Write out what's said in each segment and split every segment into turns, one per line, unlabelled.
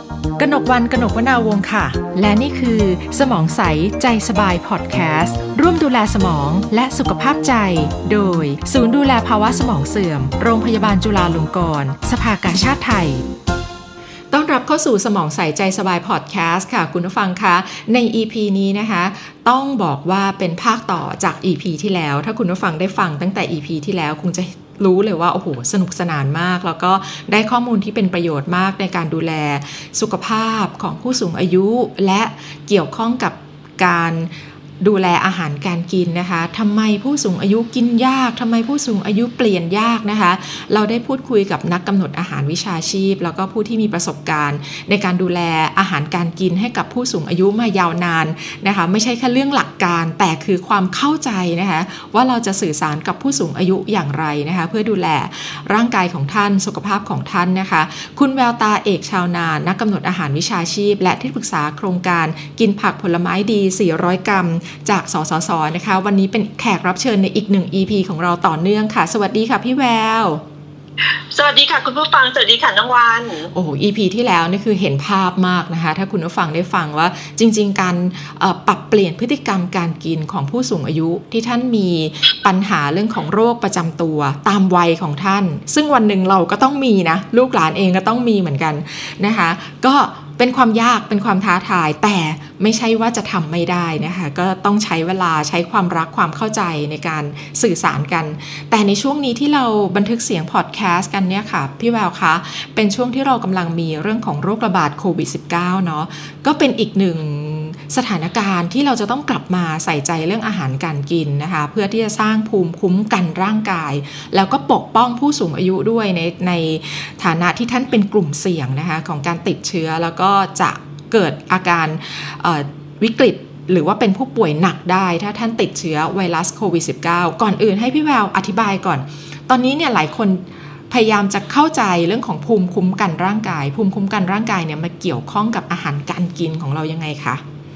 กนกวรรณ กนกวนาวงศ์ค่ะและนี่คือสมองใสใจสบายพอดแคสต์ร่วมดูแลสมองและสุขภาพใจโดยศูนย์ดูแลภาวะสมองเสื่อมโรงพยาบาลจุฬาลงกรณ์สภากาชาดไทยต้อนรับเข้าสู่สมองใสใจสบายพอดแคสต์ค่ะคุณผู้ฟังคะใน EP นี้นะคะต้องบอกว่าเป็นภาคต่อจาก EP ที่แล้วถ้าคุณผู้ฟังได้ฟังตั้งแต่ EP ที่แล้วคงจะรู้เลยว่าโอ้โหสนุกสนานมากแล้วก็ได้ข้อมูลที่เป็นประโยชน์มากในการดูแลสุขภาพของผู้สูงอายุและเกี่ยวข้องกับการดูแลอาหารการกินนะคะทำไมผู้สูงอายุกินยากทำไมผู้สูงอายุเปลี่ยนยากนะคะเราได้พูดคุยกับนักกำหนดอาหารวิชาชีพแล้วก็ผู้ที่มีประสบการณ์ในการดูแลอาหารการกินให้กับผู้สูงอายุมายาวนานนะคะไม่ใช่แค่เรื่องหลักการแต่คือความเข้าใจนะคะว่าเราจะสื่อสารกับผู้สูงอายุอย่างไรนะคะเพื่อดูแลร่างกายของท่านสุขภาพของท่านนะคะคุณแววตาเอกชาวนานักกำหนดอาหารวิชาชีพและที่ปรึกษาโครงการกินผักผลไม้ดี400 กรัมจากสสสนะคะวันนี้เป็นแขกรับเชิญในอีก1 EP ของเราต่อเนื่องค่ะสวัสดีค่ะพี่แวว
สวัสดีค่ะคุณผู้ฟังสวัสดีค่ะน้องวัน
โอ้โห EP ที่แล้วนี่คือเห็นภาพมากนะคะถ้าคุณผู้ฟังได้ฟังว่าจริงๆการปรับเปลี่ยนพฤติกรรมการกินของผู้สูงอายุที่ท่านมีปัญหาเรื่องของโรคประจำตัวตามวัยของท่านซึ่งวันหนึ่งเราก็ต้องมีนะลูกหลานเองก็ต้องมีเหมือนกันนะคะก็เป็นความยากเป็นความท้าทายแต่ไม่ใช่ว่าจะทำไม่ได้นะคะก็ต้องใช้เวลาใช้ความรักความเข้าใจในการสื่อสารกันแต่ในช่วงนี้ที่เราบันทึกเสียงพอดแคสต์กันเนี่ยค่ะพี่แววคะเป็นช่วงที่เรากำลังมีเรื่องของโรคระบาดโควิด -19 เนาะก็เป็นอีกหนึ่งสถานการณ์ที่เราจะต้องกลับมาใส่ใจเรื่องอาหารการกินนะคะเพื่อที่จะสร้างภูมิคุ้มกันร่างกายแล้วก็ปกป้องผู้สูงอายุด้วยในฐานะที่ท่านเป็นกลุ่มเสี่ยงนะคะของการติดเชื้อแล้วก็จะเกิดอาการวิกฤตหรือว่าเป็นผู้ป่วยหนักได้ถ้าท่านติดเชื้อไวรัสโควิด -19 ก่อนอื่นให้พี่แววอธิบายก่อนตอนนี้เนี่ยหลายคนพยายามจะเข้าใจเรื่องของภูมิคุ้มกันร่างกายภูมิคุ้มกันร่างกายเนี่ยมาเกี่ยวข้องกับอาหารการกินของเรายังไงคะ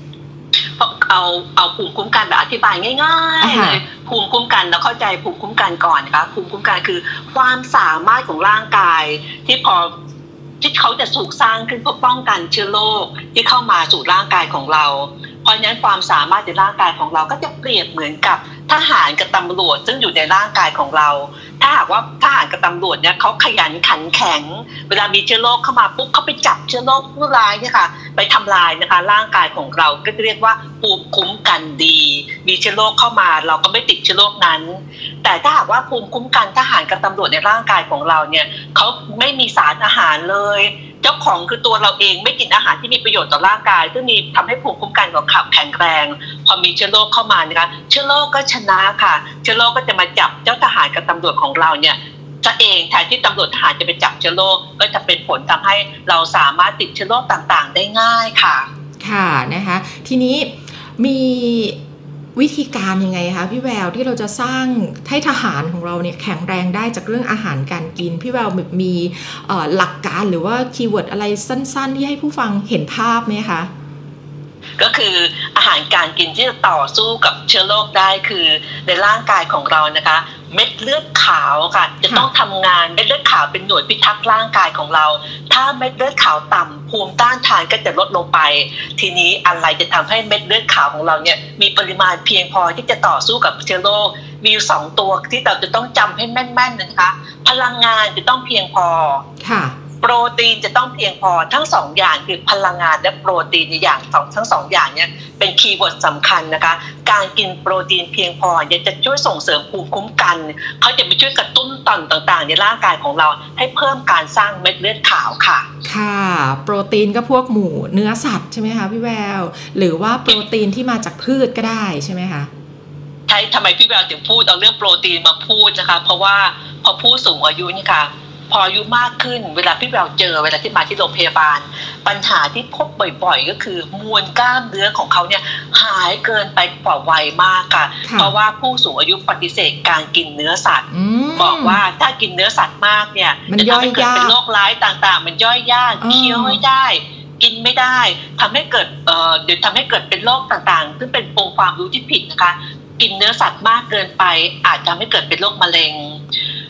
เอาภูมิคุ้มกันแบบอธิบายง่ายๆเลยภูมิคุ้มกันเราเข้าใจภูมิคุ้มกันก่อนนะคะภูมิคุ้มกันคือความสามารถของร่างกายที่เขาจะถูกสร้างขึ้นเพื่อป้องกันเชื้อโรคที่เข้ามาสู่ร่างกายของเราเพราะฉะนั้นความสามารถในร่างกายของเราก็จะเปรียบเหมือนกับทหารกับตำรวจซึ่งอยู่ในร่างกายของเราถ้าหากว่าทหารกับตำรวจเนี่ยเขาขยันขันแข็งเวลามีเชื้อโรคเข้ามาปุ๊บเขาไปจับเชื้อโรคผู้ร้ายเนี่ยค่ะไปทำลายนะคะร่างกายของเราก็เรียกว่าภูมิคุ้มกันดีมีเชื้อโรคเข้ามาเราก็ไม่ติดเชื้อโรคนั้นแต่ถ้าหากว่าภูมิคุ้มกันทหารกับตำรวจในร่างกายของเราเนี่ยเขาไม่มีสารอาหารเลยเจ้าของคือตัวเราเองไม่กินอาหารที่มีประโยชน์ต่อร่างกายซึ่งมีทำให้ภูมิคุ้มกันของเราแข็งแรงพอมีเชื้อโรคเข้ามานะคะเชื้อโรคก็ชนะค่ะเชื้อโรคก็จะมาจับเจ้าทหารกับตำรวจของเราเนี่ยจะเองแทนที่ตำรวจทหารจะไปจับเชื้อโรคก็จะเป็นผลทำให้เราสามารถติดเชื้อโรคต่างๆได้ง่ายค่ะ
ค่ะนะคะทีนี้มีวิธีการยังไงคะพี่แววที่เราจะสร้างให้ทหารของเราเนี่ยแข็งแรงได้จากเรื่องอาหารการกินพี่แววมีหลักการหรือว่าคีย์เวิร์ดอะไรสั้นๆที่ให้ผู้ฟังเห็นภาพไหมคะ
ก็คืออาหารการกินที่จะต่อสู้กับเชื้อโรคได้คือในร่างกายของเรานะคะเม็ดเลือดขาวค่ะจะต้องทำงานเม็ดเลือดขาวเป็นหน่วยพิทักษ์ร่างกายของเราถ้าเม็ดเลือดขาวต่ำภูมิต้านทานก็จะลดลงไปทีนี้อะไรจะทำให้เม็ดเลือดขาวของเราเนี่ยมีปริมาณเพียงพอที่จะต่อสู้กับเชื้อโรคมีอยู่2ตัวที่เราจะต้องจำให้แม่นๆนะคะพลังงานจะต้องเพียงพอค่ะโปรตีนจะต้องเพียงพอทั้ง2อย่างคือพลังงานและโปรตีนอย่างทั้ง2อย่างเนี่ยเป็นคีย์เวิร์ดสำคัญนะคะการกินโปรตีนเพียงพอจะช่วยส่งเสริมภูมิคุ้มกันเขาจะไปช่วยกระตุ้นต่างๆในร่างกายของเราให้เพิ่มการสร้างเม็ดเลือดขาวค่ะ
ค่ะโปรตีนก็พวกหมูเนื้อสัตว์ใช่ไหมคะพี่แววหรือว่าโปรตีนที่มาจากพืชก็ได้ใช่ไหมคะ
ใช่ทำไมพี่แววถึงพูดเอาเรื่องโปรตีนมาพูดนะคะเพราะว่าพอผู้สูงอายุนี่ค่ะพออายุมากขึ้นเวลาพี่แววเวลาที่มาที่โรงพยาบาลปัญหาที่พบบ่อยๆก็คือมวลกล้ามเนื้อของเขาเนี่ยหายเกินไปกว่าวัยมากค่ะเพราะว่าผู้สูงอายุปฏิเสธการกินเนื้อสัตว์บอกว่าถ้ากินเนื้อสัตว์มากเนี่ยจะทำให้เกิดเป็นโรคร้ายต่างๆมันย่อยยากเคี้ยวไม่ได้กินไม่ได้ทำให้เกิดเดี๋ยวทำให้เกิดเป็นโรคต่างๆซึ่งเป็นองค์ความรู้ที่ผิดนะคะกินเนื้อสัตว์มากเกินไปอาจทำให้เกิดเป็นโรคมะเร็ง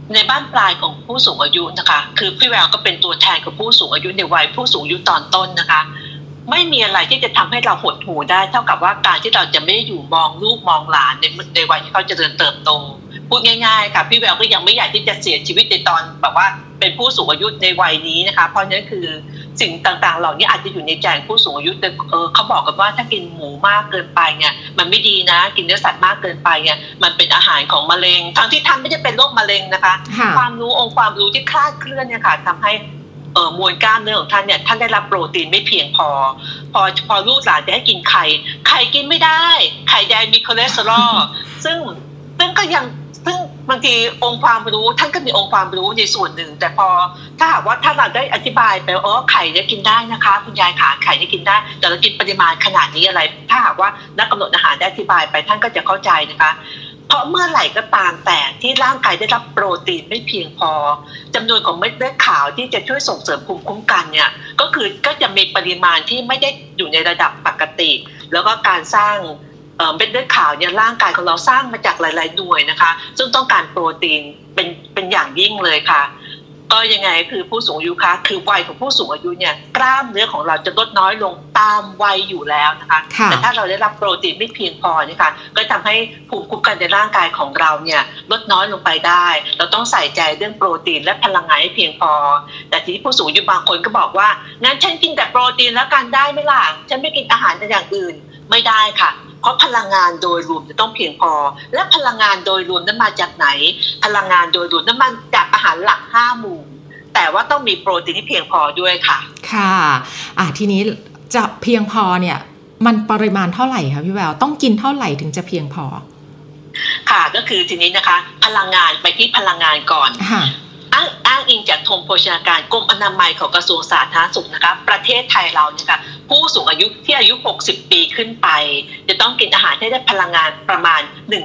ในบ้านปลายของผู้สูงอายุนะคะคือพี่แววก็เป็นตัวแทนของผู้สูงอายุในวัยผู้สูงอายุตอนต้นนะคะไม่มีอะไรที่จะทำให้เราหดหู่ได้เท่ากับว่าการที่เราจะไม่อยู่มองลูกมองหลานในวัยที่เขาเจริญเติบโตพูดง่ายๆค่ะพี่แววก็ยังไม่อยากที่จะเสียชีวิตในตอนแบบว่าเป็นผู้สูงอายุในวัยนี้นะคะเพราะนั้นคือสิ่งต่างๆเหล่านี้อาจจะอยู่ในใจผู้สูงอายุแต่เขาบอกกันว่าถ้ากินหมูมากเกินไปเนี่ยมันไม่ดีนะกินเนื้อสัตว์มากเกินไปเนี่ยมันเป็นอาหารของมะเร็งทั้งที่ท่านไม่ได้เป็นโรคมะเร็งนะคะความรู้องค์ความรู้ที่คลาดเคลื่อนเนี่ยค่ะทำให้มวลกล้ามเนื้อของท่านเนี่ยท่านได้รับโปรตีนไม่เพียงพอลูกหลานจะให้กินไข่กินไม่ได้ไข่แดงมีคอเลสเตอรอลซึ่งก็ยังซึ่งบางทีองค์ความรู้ท่านก็มีองค์ความรู้ในส่วนหนึ่งแต่พอถ้าหากว่าถ้าเราได้อธิบายไปไข่เนี่ยกินได้นะคะคุณยายขาไข่เนี่ยกินได้แต่เรากินปริมาณขนาดนี้อะไรถ้าหากว่านักกำหนดอาหารได้อธิบายไปท่านก็จะเข้าใจนะคะเพราะเมื่อไหร่ก็ตามแต่ที่ร่างกายได้รับโปรตีนไม่เพียงพอจำนวนของเม็ดเลือดขาวที่จะช่วยส่งเสริมภูมิคุ้มกันเนี่ยก็จะมีปริมาณที่ไม่ได้อยู่ในระดับปกติแล้วก็การสร้างเม็ดเลือดขาวเนี่ยร่างกายของเราสร้างมาจากหลายๆหน่วยนะคะซึ่งต้องการโปรตีนเป็นอย่างยิ่งเลยค่ะก็ยังไงคือผู้สูงอายุคะคือวัยของผู้สูงอายุเนี่ยกล้ามเนื้อของเราจะลดน้อยลงตามวัยอยู่แล้วนะคะแต่ถ้าเราได้รับโปรตีนไม่เพียงพอนี่ค่ะก็ทำให้ภูมิคุ้มกันในร่างกายของเราเนี่ยลดน้อยลงไปได้เราต้องใส่ใจเรื่องโปรตีนและพลังงานให้เพียงพอแต่ที่ผู้สูงอายุบางคนก็บอกว่างั้นฉันกินแต่โปรตีนแล้วกันได้ไหมล่ะฉันไม่กินอาหารอย่างอื่นไม่ได้ค่ะเพราะพลังงานโดยรวมจะต้องเพียงพอและพลังงานโดยรวมนั้นมาจากไหนพลังงานโดยรวมนั้นมาจากอาหารหลัก5หมู่แต่ว่าต้องมีโปรตีนที่เพียงพอด้วยค่ะ
ค่ะทีนี้จะเพียงพอเนี่ยมันปริมาณเท่าไหร่คะพี่แววต้องกินเท่าไหร่ถึงจะเพียงพอ
ค่ะก็คือทีนี้นะคะพลังงานไปที่พลังงานก่อนอ้างอิงจากธงโภชนาการกรมอนามัยของกระทรวงสาธารณสุขนะคะประเทศไทยเราเนี่ยค่ะผู้สูงอายุที่อายุ60ปีขึ้นไปจะต้องกินอาหารที่ได้พลังงานประมาณ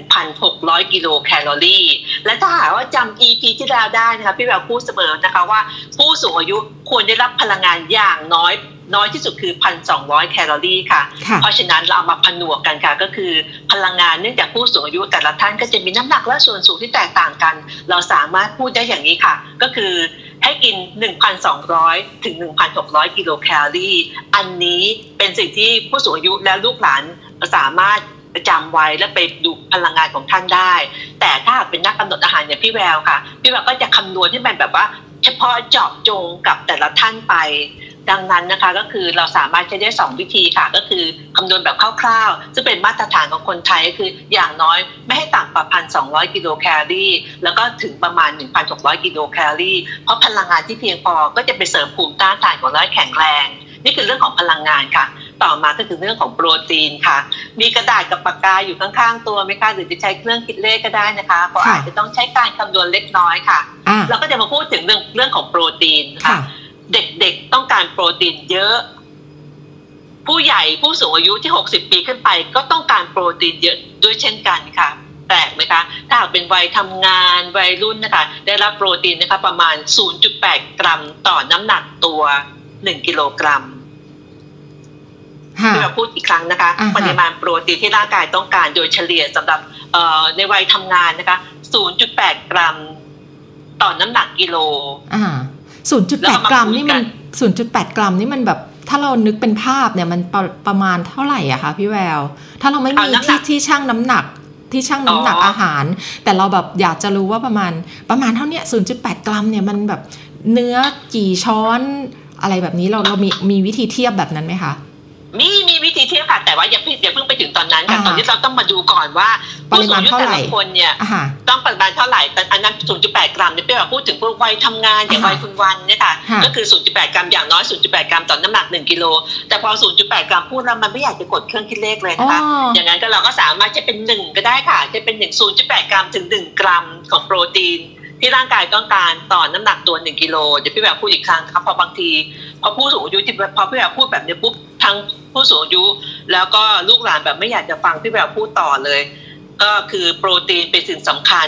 1,600 กิโลแคลอรี่และถ้าหากว่าจำ EP ที่แล้วได้นะคะพี่แววพูดเสมอนะคะว่าผู้สูงอายุควรได้รับพลังงานอย่างน้อยที่สุดคือ 1,200 แคลอรี่ค่ะเพราะฉะนั้นเราเอามาผนวกกันค่ะก็คือพลังงานเนื่องจากผู้สูงอายุแต่ละท่านก็จะมีน้ำหนักและส่วนสูงที่แตกต่างกันเราสามารถพูดได้อย่างนี้ค่ะก็คือให้กิน 1,200 ถึง 1,600 กิโลแคลอรี่อันนี้เป็นสิ่งที่ผู้สูงอายุและลูกหลานสามารถจำไว้และไปดูพลังงานของท่านได้แต่ถ้าเป็นนักกำหนดอาหารอย่างพี่แววค่ะพี่แววก็จะคำนวณที่มันแบบว่าเฉพาะเจาะจงกับแต่ละท่านไปดังนั้นนะคะก็คือเราสามารถใช้ได้2วิธีค่ะก็คือคำนวณแบบคร่าวๆซึ่งเป็นมาตรฐานของคนไทยก็คืออย่างน้อยไม่ให้ต่ำกว่า 1,200 กิโลแคลอรี่แล้วก็ถึงประมาณ 1,600 กิโลแคลอรี่เพราะพลังงานที่เพียงพอก็จะไปเสริมภูมิต้านทานของเราให้แข็งแรงนี่คือเรื่องของพลังงานค่ะต่อมาก็คือเรื่องของโปรตีนค่ะมีกระดาษกับปากกาอยู่ข้างๆตัวไหมคะหรือจะใช้เครื่องคิดเลขก็ได้นะคะเพราะอาจจะต้องใช้การคำนวณเล็กน้อยค่ะเราก็จะมาพูดถึงเรื่องของโปรตีนค่ะเด็กๆต้องการโปรตีนเยอะผู้ใหญ่ผู้สูงอายุที่60ปีขึ้นไปก็ต้องการโปรตีนเยอะด้วยเช่นกันค่ะแปลกไหมคะถ้าหากเป็นวัยทำงานวัยรุ่นนะคะได้รับโปรตีนนะคะประมาณ 0.8 กรัมต่อน้ำหนักตัว1กิโลกรัมที่เราพูดอีกครั้งนะคะปริมาณโปรตีนที่ร่างกายต้องการโดยเฉลี่ยสำหรับในวัยทำงานนะคะ 0.8 กรัมต่อน้ำหนักกิโล
0.8 กรัมนี่มัน 0.8 กรัมนี่มันแบบถ้าเรานึกเป็นภาพเนี่ยมันประมาณเท่าไหร่อะคะพี่แววถ้าเราไม่มีที่ชั่งน้ำหนักอาหารแต่เราแบบอยากจะรู้ว่าประมาณเท่านี้ 0.8 กรัมเนี่ยมันแบบเนื้อกี่ช้อนอะไรแบบนี้เรามีวิธีเทียบแบบนั้นไหมคะ
มีวิธีเทียบค่ะแต่ว่าอย่าเพิ่งไปถึงตอนนั้นค่ะตอนนี้เราต้องมาดูก่อนว่าผู้สูงอายุแต่ละคนเนี่ยต้องปริมาณเท่าไหร่แต่อันนั้น 0.8 กรัมเนี่ยเป็นพูดถึงพวกวัยทำงานอย่างวัยคุณวันเนี่ยค่ะก็คือ 0.8 กรัมอย่างน้อย 0.8 กรัมต่อน้ำหนัก1กิโลแต่พอ 0.8 กรัมพูดแล้วมันไม่อยากจะกดเครื่องคิดเลขเลยนะคะอย่างนั้นก็เราก็สามารถจะเป็น1ก็ได้ค่ะจะเป็น0.8 กรัมถึง1กรัมของโปรตีนที่ร่างกายต้องการต่อน้ำหนักตัว1กิโลเดี๋ยวพี่แบบพูดอีกครั้งนะครับพอบางทีพอผู้สูงอายุที่พอพี่แบบพูดแบบนี้ปุ๊บทั้งผู้สูงอายุแล้วก็ลูกหลานแบบไม่อยากจะฟังพี่แบบพูดต่อเลยก็คือโปรตีนเป็นสิ่งสำคัญ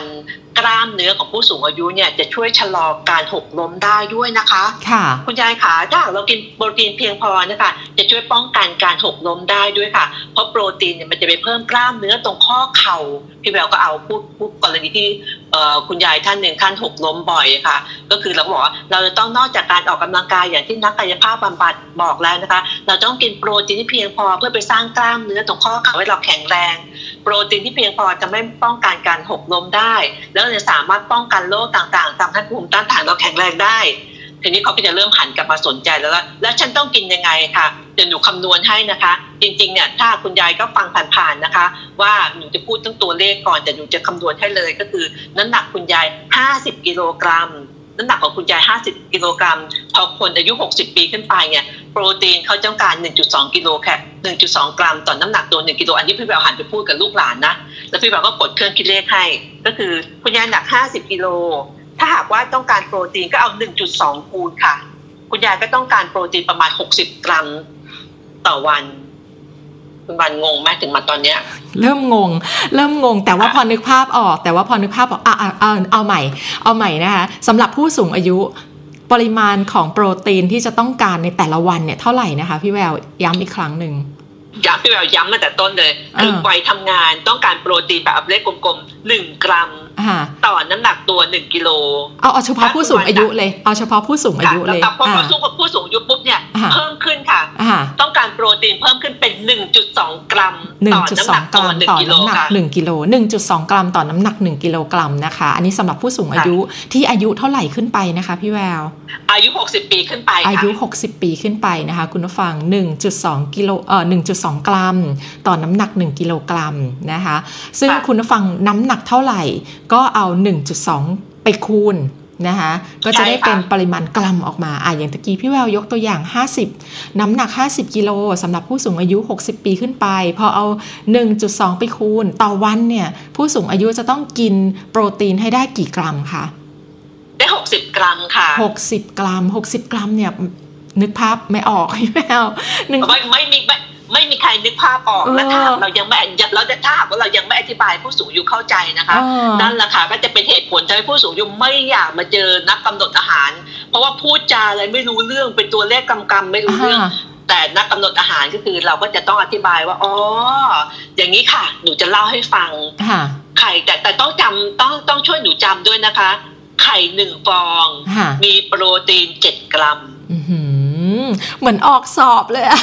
กล้ามเนื้อของผู้สูงอายุเนี่ยจะช่วยชะลอการหกล้มได้ด้วยนะคะ
ค่ะ
คุณยายขาถ้าเรากินโปรตีนเพียงพอนะคะจะช่วยป้องกันการหกล้มได้ด้วยค่ะเพราะโปรตีนเนี่ยมันจะไปเพิ่มกล้ามเนื้อตรงข้อเข่าพี่แววก็เอาพูดกรณีที่คุณยายท่านหนึ่งท่านหกล้มบ่อยค่ะก็คือเราบอกว่าเราจะต้องนอกจากการออกกำลังกายอย่างที่นักกายภาพบำบัดบอกแล้วนะคะเราต้องกินโปรตีนที่เพียงพอเพื่อไปสร้างกล้ามเนื้อตรงข้อเข่าให้เราแข็งแรงโปรตีนที่เพียงพอจะไม่ป้องกันการหกล้มได้แล้วจะสามารถป้องกันโรคต่างๆทำให้ภูมิต้านทานเราแข็งแรงได้ทีนี้เขาก็จะเริ่มหันกลับมาสนใจแล้วฉันต้องกินยังไงค่ะเดี๋ยวหนูคำนวณให้นะคะจริงๆเนี่ยถ้าคุณยายก็ฟังผ่านๆนะคะว่าหนูจะพูดตั้งตัวเลขก่อนแต่หนูจะคำนวณให้เลยก็คือน้ำหนักคุณยาย50กิโลกรัมน้ำหนักของคุณยาย50กิโลกรัมพอคนอายุ60ปีขึ้นไปเนี่ยโปรตีนเขาต้องการ 1.2 กิโลแคล 1.2 กรัมต่อน้ำหนักตัว1กิโลอันนี้พี่แววหันไปพูดกับลูกหลานนะแล้วพี่แววก็กดเครื่องคิดเลขให้ก็คือคุณยายหนัก50กิโลถ้าหากว่าต้องการโปรตีนก็เอา 1.2 คูณค่ะคุณยายก็ต้องการโปรตีนประมาณ60กรัมต่อวันคุณวันงงไหมถึงมาตอนเนี้ย
เริ่มงงแต่ว่าพอนึกภาพออกเอาใหม่นะคะสำหรับผู้สูงอายุปริมาณของโปรตีนที่จะต้องการในแต่ละวันเนี่ยเท่าไหร่นะคะพี่แววย้ำอีกครั้งหนึ่ง
พี่แววย้ำมาแต่ต้นเลยคือวัยทำงานต้องการโปรตีนแบบเลขกลมๆ1กรัมต่อน้ำหนักตัว1กิโล
เอาเฉพาะผู้สูงอายุเลยเอาเฉพาะผู้สูงอายุเลย
แต่พอผู้สูงอายุปุ๊บเนี่ยเพิ่มขึ้นค่ะต้องการโปรตีนเพิ่มขึ้นเป็น 1.2 กรัมต่อน้ำหนักตัว1กิโลค่ะ
1กิโล 1.2 กรัมต่อน้ำหนัก1กิโลกรัมนะคะอันนี้สำหรับผู้สูงอายุที่อายุเท่าไหร่ขึ้นไปนะคะพี่แวว
อายุ60ปีขึ้นไป
อายุ60ปีขึ้นไปนะคะคุณผู้ฟัง 1.2 กิโล1.2 กรัมต่อน้ำหนัก1กิโลกรัมนะคะซึ่งคุณผู้ฟังน้ำหนักเท่าไหร่ก็เอา 1.2 ไปคูณนะคะก็จะได้เป็นปริมาณกรัมออกมาอย่างตะกี้พี่แววยกตัวอย่าง50น้ำหนัก50กิโลสำหรับผู้สูงอายุ60ปีขึ้นไปพอเอา 1.2 ไปคูณต่อวันเนี่ยผู้สูงอายุจะต้องกินโปรตีนให้ได้กี่กรัมคะ
ได้60กรัมค่ะ
60กรัมเนี่ยนึกภาพไม่ออกพี่แวว
ไม่มีใครนึกภาพออกและถ้าเรายังไม่เราจะถ้าว่าเรายังไม่อธิบายผู้สูงอายุเข้าใจนะคะนั่นแหละค่ะก็จะเป็นเหตุผลทำให้ผู้สูงอายุไม่อยากมาเจอนักกำหนดอาหารเพราะว่าพูดจาอะไรไม่รู้เรื่องเป็นตัวเลขกำไม่รู้เรื่องแต่นักกำหนดอาหารก็คือเราก็จะต้องอธิบายว่าอ๋ออย่างนี้ค่ะหนูจะเล่าให้ฟังไข่แต่ต้องช่วยหนูจำด้วยนะคะไข่1ฟองมีโปรตีน7กรัม
เหมือนออกสอบเลยอะ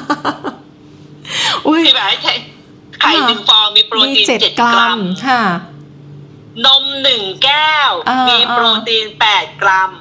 ที่แบบไข่1ฟองมีโปรตีน7กรัม
ค่ะ
นม1แก้วมีโปรตีน8กรัม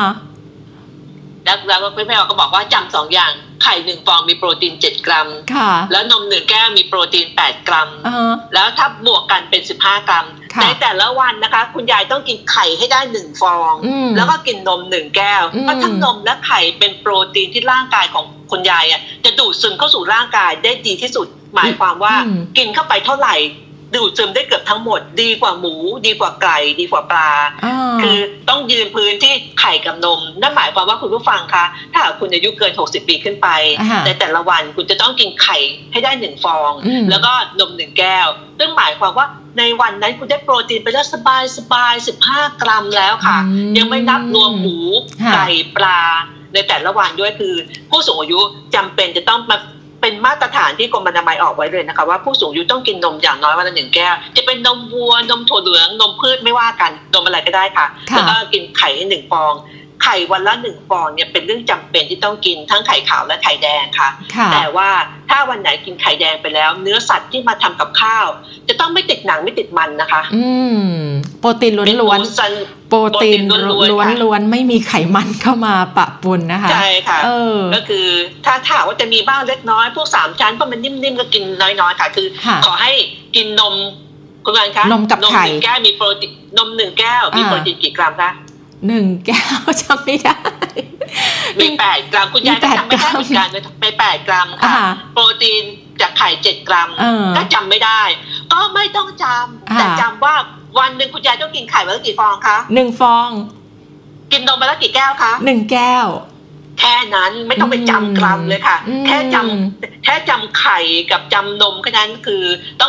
แล้วก็แม่ก็บอกว่าจำ2อย่างไข่1ฟองมีโปรตีน7กรัมแล้วนม1แก้วมีโปรตีน8กรัมแล้วถ้าบวกกันเป็น15กรัมในแต่ละวันนะคะคุณยายต้องกินไข่ให้ได้1ฟองแล้วก็กินนม1แก้วเพราะทั้งนมและไข่เป็นโปรตีนที่ร่างกายของคุณยายจะดูดซึมเข้าสู่ร่างกายได้ดีที่สุดหมายความว่ากินเข้าไปเท่าไหร่ดูดซึมได้เกือบทั้งหมดดีกว่าหมูดีกว่าไก่ดีกว่าปลาคือต้องยืนพื้นที่ไข่กับนมนั่นหมายความว่าคุณผู้ฟังคะถ้าคุณอายุเกิน60ปีขึ้นไปในแต่ละวันคุณจะต้องกินไข่ให้ได้1ฟองแล้วก็นม1แก้วซึ่งหมายความว่าในวันนั้นคุณได้โปรตีนไปแล้วสบาย15กรัมแล้วค่ะยังไม่นับรวมหมูไก่ปลาในแต่ละวันด้วยคือผู้สูงอายุจำเป็นจะต้องมาเป็นมาตรฐานที่กรมอนามัยออกไว้เลยนะคะว่าผู้สูงอายุต้องกินนมอย่างน้อยวันละ1แก้วจะเป็นนมวัวนมถั่วเหลืองนมพืชไม่ว่ากันนมอะไรก็ได้ค่ะแล้วก็กินไข่1ฟองไข่วันละ1ฟองเนี่ยเป็นเรื่องจำเป็นที่ต้องกินทั้งไข่ขาวและไข่แดงค่ะแต่ว่าถ้าวันไหนกินไข่แดงไปแล้วเนื้อสัตว์ที่มาทำกับข้าวจะต้องไม่ติดหนังไม่ติดมันนะคะ
โปรตีนล้วนๆโปรตีนล้วนๆไม่มีไขมันเข้ามาปะปนนะคะ
ใช่ค่ะก็คือถ้าว่าจะมีบ้างเล็กน้อยพวก3ชั้นเพราะมันนิ่มๆก็กินน้อยๆค่ะคือขอให้กินนมคุณวันคะ
นมกับไข่
1แก้วมีโปรตีนนม1แก้วมีโปรตีนกี่กรัมคะ
1แก้วจำไม่ได้
มี8กรัมคุณยายก็จำไม่ได้เหมือนกันไป8กรัมค่ะโปรตีนจากไข่7กรัมก็จำไม่ได้ก็ไม่ต้องจำแต่จำว่าวันนึงคุณยายต้องกินไข่วันละกี่ฟองคะ
1ฟอง
กินนมวันละกี่แก้วคะ
1แก้ว
แค่นั้นไม่ต้องไปจำกรัมเลยค่ะแค่จำไข่กับจำนมแค่นั้นคือต้อง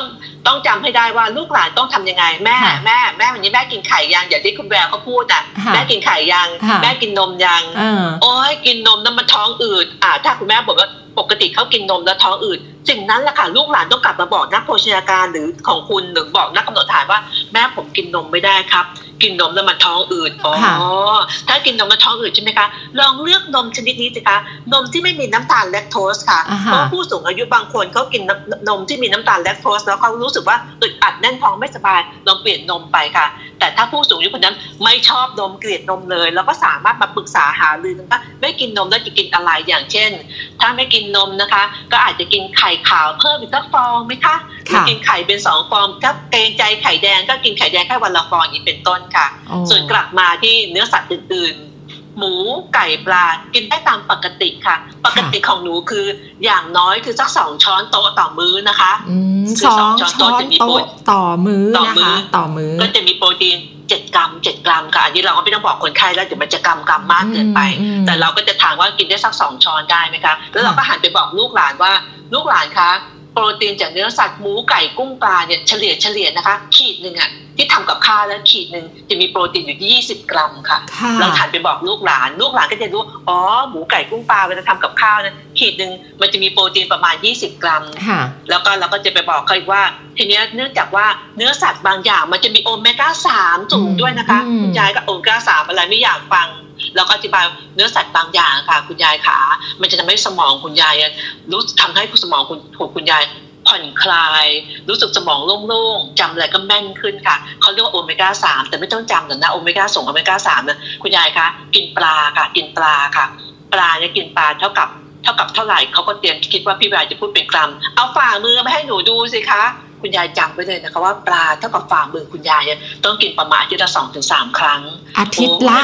ต้องจำให้ได้ว่าลูกหลานต้องทำยังไงแม่วันนี้แม่กินไข่ยังอย่างที่คุณแววเขาพูดอ่ะแม่กินไข่ยังแม่กินนมยังโอ้ยกินนมแล้วมันท้องอืดถ้าคุณแม่บอกว่าปกติเขากินนมแล้วท้องอืดสิ่งนั้นแหละค่ะลูกหลานต้องกลับมาบอกนักโภชนาการหรือของคุณหรือบอกนักกำหนดอาหารว่าแม่ผมกินนมไม่ได้ครับกินนมแล้วมันท้องอืดถ้ากินนมแล้วท้องอืดใช่ไหมคะลองเลือกนมชนิดนี้สิคะนมที่ไม่มีน้ำตาลแลคโตสค่ะเพราะผู้สูงอายุบางคนเขากินนมที่มีน้ำตาลแลคโตสแล้วเขารู้สึกว่าอึดอัดแน่นท้องไม่สบายลองเปลี่ยนนมไปค่ะแต่ถ้าผู้สูงอายุคนนั้นไม่ชอบนมเกลียดนมเลยเราก็สามารถมาปรึกษาหารือกันว่าไม่กินนมแล้วจะกินอะไรอย่างเช่นถ้าไม่กินนมนะคะก็อาจจะกินไข่ขาวเพิ่มอีกสักฟองไหมคะหรือกินไข่เป็น2ฟองถ้าเกรงใจไข่แดงก็กินไข่แดงแค่วันละฟองอย่างนี้เป็นต้นค่ะส่วนกลับมาที่เนื้อสัตว์อื่นๆหมูไก่ปลากินได้ตามปกติค่ะปกติของหนูคืออย่างน้อยคือสัก2ช้อนโต๊ะต่อมื้อนะคะ
2 ช้อนโต๊ะต่อมื้อนะคะต่อมื้อ
ก็จะมีโปรตีน7 กรัมค่ะอันนี้เราก็ไม่ต้องบอกคนไข้แล้วเดี๋ยวมันจะกรัมมากเกินไปแต่เราก็จะถามว่ากินได้สัก2 ช้อนได้ไหมคะแล้วเราก็หันไปบอกลูกหลานว่าลูกหลานคะโปรตีนจากเนื้อสัตว์หมูไก่กุ้งปลาเนี่ยเฉลี่ยนะคะขีดนึงอ่ะที่ทำกับข้าวแล้วขีดนึงจะมีโปรตีนอยู่ที่20 กรัมค่ะเราหันไปบอกลูกหลานก็จะรู้หมูไก่กุ้งปลาเวลาทำกับข้าวนะขีดนึงมันจะมีโปรตีนประมาณ20 กรัมแล้วก็เราก็จะไปบอกเขาอีกว่าทีนี้เนื่องจากว่าเนื้อสัตว์บางอย่างมันจะมีโอเมก้า3สูงด้วยนะคะคุณยายก็โอเมก้า3อะไรไม่อยากฟังแล้วก็อธิบายเนื้อสัตว์บางอย่างค่ะคุณยายขามันจะทำให้สมองคุณยายทำให้สมองคุณยายผ่อนคลายรู้สึกสมองโล่งๆจำอะไรก็แม่นขึ้นค่ะเขาเรียกว่าโอเมก้า3แต่ไม่ต้องจำหรอกนะโอเมก้า2โอเมก้า3นะคุณยายคะกินปลาค่ะกินปลาค่ะปลาเนี่ยกินปลาเท่ากับเท่าไหร่เขาก็เตรียมคิดว่าพี่แววจะพูดเป็นกรัมเอาฝ่ามือมาให้หนูดูสิคะคุณยายจำไว้เลยนะคะว่าปลาเท่ากับฝ่ามือคุณยายต้องกินประมาณอาทิตย์ละ 2-3 ครั้ง
อาทิตย์ละ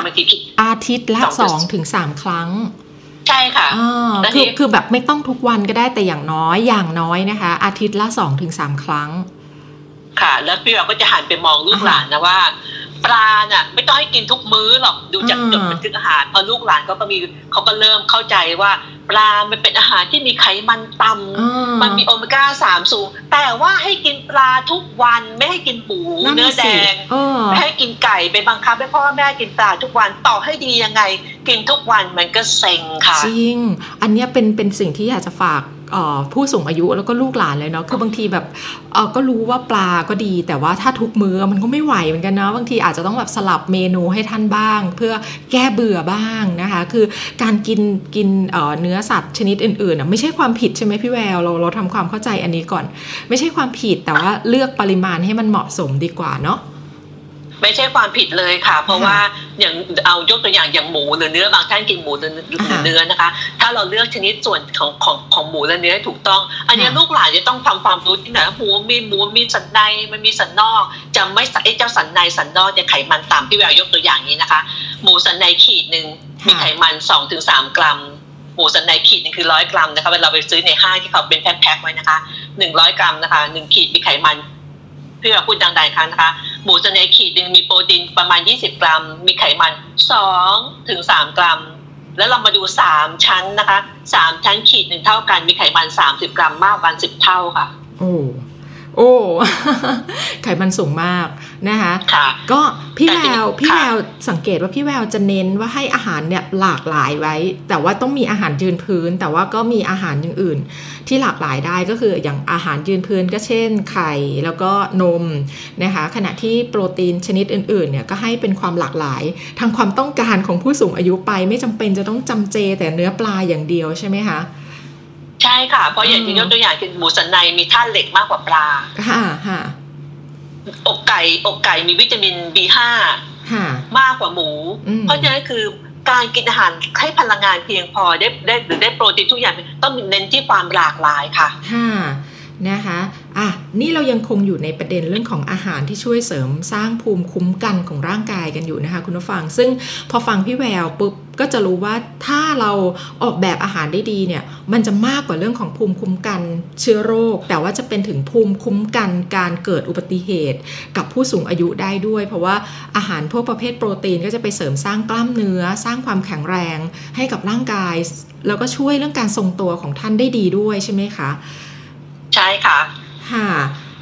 2-3 ครั้ง
ใช่ค่ะ
คือแบบไม่ต้องทุกวันก็ได้แต่อย่างน้อยนะคะอาทิตย์ละ 2-3 ครั้ง
ค่ะแล้วพี่เราก็จะหันไปมองลูกหลานนะว่าปลาน่ะไม่ต้องให้กินทุกมื้อหรอกดูจากจดบันทึกอาหารพอลูกหลานเขาก็เริ่มเข้าใจว่าปลามันเป็นอาหารที่มีไขมันต่ำมันมีโอเมก้า3สูงแต่ว่าให้กินปลาทุกวันไม่ให้กินหมูเนื้อแดงไม่ให้กินไก่ไปบังคับให้พ่อแม่กินปลาทุกวันต่อให้ดียังไงกินทุกวันมันก็เซ็งค่ะ
จริงอันนี้เป็นสิ่งที่อยากจะฝากผู้สูงอายุแล้วก็ลูกหลานเลยเนาะคือบางทีแบบก็รู้ว่าปลาก็ดีแต่ว่าถ้าทุกมื้อมันก็ไม่ไหวเหมือนกันเนาะบางทีอาจจะต้องแบบสลับเมนูให้ท่านบ้างเพื่อแก้เบื่อบ้างนะคะคือการกินเนื้อสัตว์ชนิดอื่นๆไม่ใช่ความผิดใช่ไหมพี่แววเราทำความเข้าใจอันนี้ก่อนไม่ใช่ความผิดแต่ว่าเลือกปริมาณให้มันเหมาะสมดีกว่าเนาะ
ไม่ใช่ความผิดเลยค่ะเพราะว่าอย่างเอายกตัวอย่างหมูหรือเนื้อบางท่านกินหมูหรือเนื้อนะคะถ้าเราเลือกชนิดส่วนของหมูและเนื้อถูกต้องอันนี้ลูกหลานจะต้องทำความรู้ที่ไหนหมูมีสันในมันมีสันนอกจำไม่เจ้าสันในสันนอกจะไขมันต่ำที่แววยกตัวอย่างนี้นะคะหมูสันในขีดนึงมีไขมัน 2-3 กรัมหมูสันในขีดนึงคือ100 กรัมนะคะเวลาไปซื้อในห้างที่เขาเป็นแพ็คๆไว้นะคะ100 กรัมนะคะ1ขีดมีไขมันพี่เราพูดดังๆครั้งนะคะหมูสันในขีดนึงมีโปรตีนประมาณ20 กรัมมีไขมัน 2-3 กรัมแล้วเรามาดู3ชั้นนะคะ3ชั้นขีดนึงเท่ากันมีไขมัน30 กรัมมากกว่า10 เท่าค่ะ
โอ้ไขมันสูงมากนะคะก็พี่แววสังเกตว่าพี่แววจะเน้นว่าให้อาหารเนี่ยหลากหลายไว้แต่ว่าต้องมีอาหารยืนพื้นแต่ว่าก็มีอาหารอย่างอื่นที่หลากหลายได้ก็คืออย่างอาหารยืนพื้นก็เช่นไข่แล้วก็นมนะคะขณะที่โปรตีนชนิดอื่นๆเนี่ยก็ให้เป็นความหลากหลายทางความต้องการของผู้สูงอายุไปไม่จำเป็นจะต้องจำเจแต่เนื้อปลาอย่างเดียวใช่ไหมคะ
ใช่ค่ะเพราะอย่างที่ยกตัวอย่างคือหมูสันในมีธาตุเหล็กมากกว่าปลา
ค่ะ
อกไก่มีวิตามิน B5 มากกว่าหมูเพราะฉะนั้นคือการกินอาหารให้พลังงานเพียงพอได้โปรตีนทุกอย่างต้องเน้นที่ความหลากหลายค่ะ
นะคะนี่เรายังคงอยู่ในประเด็นเรื่องของอาหารที่ช่วยเสริมสร้างภูมิคุ้มกันของร่างกายกันอยู่นะคะคุณผู้ฟังซึ่งพอฟังพี่แววปุ๊บก็จะรู้ว่าถ้าเราออกแบบอาหารได้ดีเนี่ยมันจะมากกว่าเรื่องของภูมิคุ้มกันเชื้อโรคแต่ว่าจะเป็นถึงภูมิคุ้มกันการเกิดอุบัติเหตุกับผู้สูงอายุได้ด้วยเพราะว่าอาหารพวกประเภทโปรตีนก็จะไปเสริมสร้างกล้ามเนื้อสร้างความแข็งแรงให้กับร่างกายแล้วก็ช่วยเรื่องการทรงตัวของท่านได้ดีด้วยใช่ไหมคะ
ใช่ค่ะ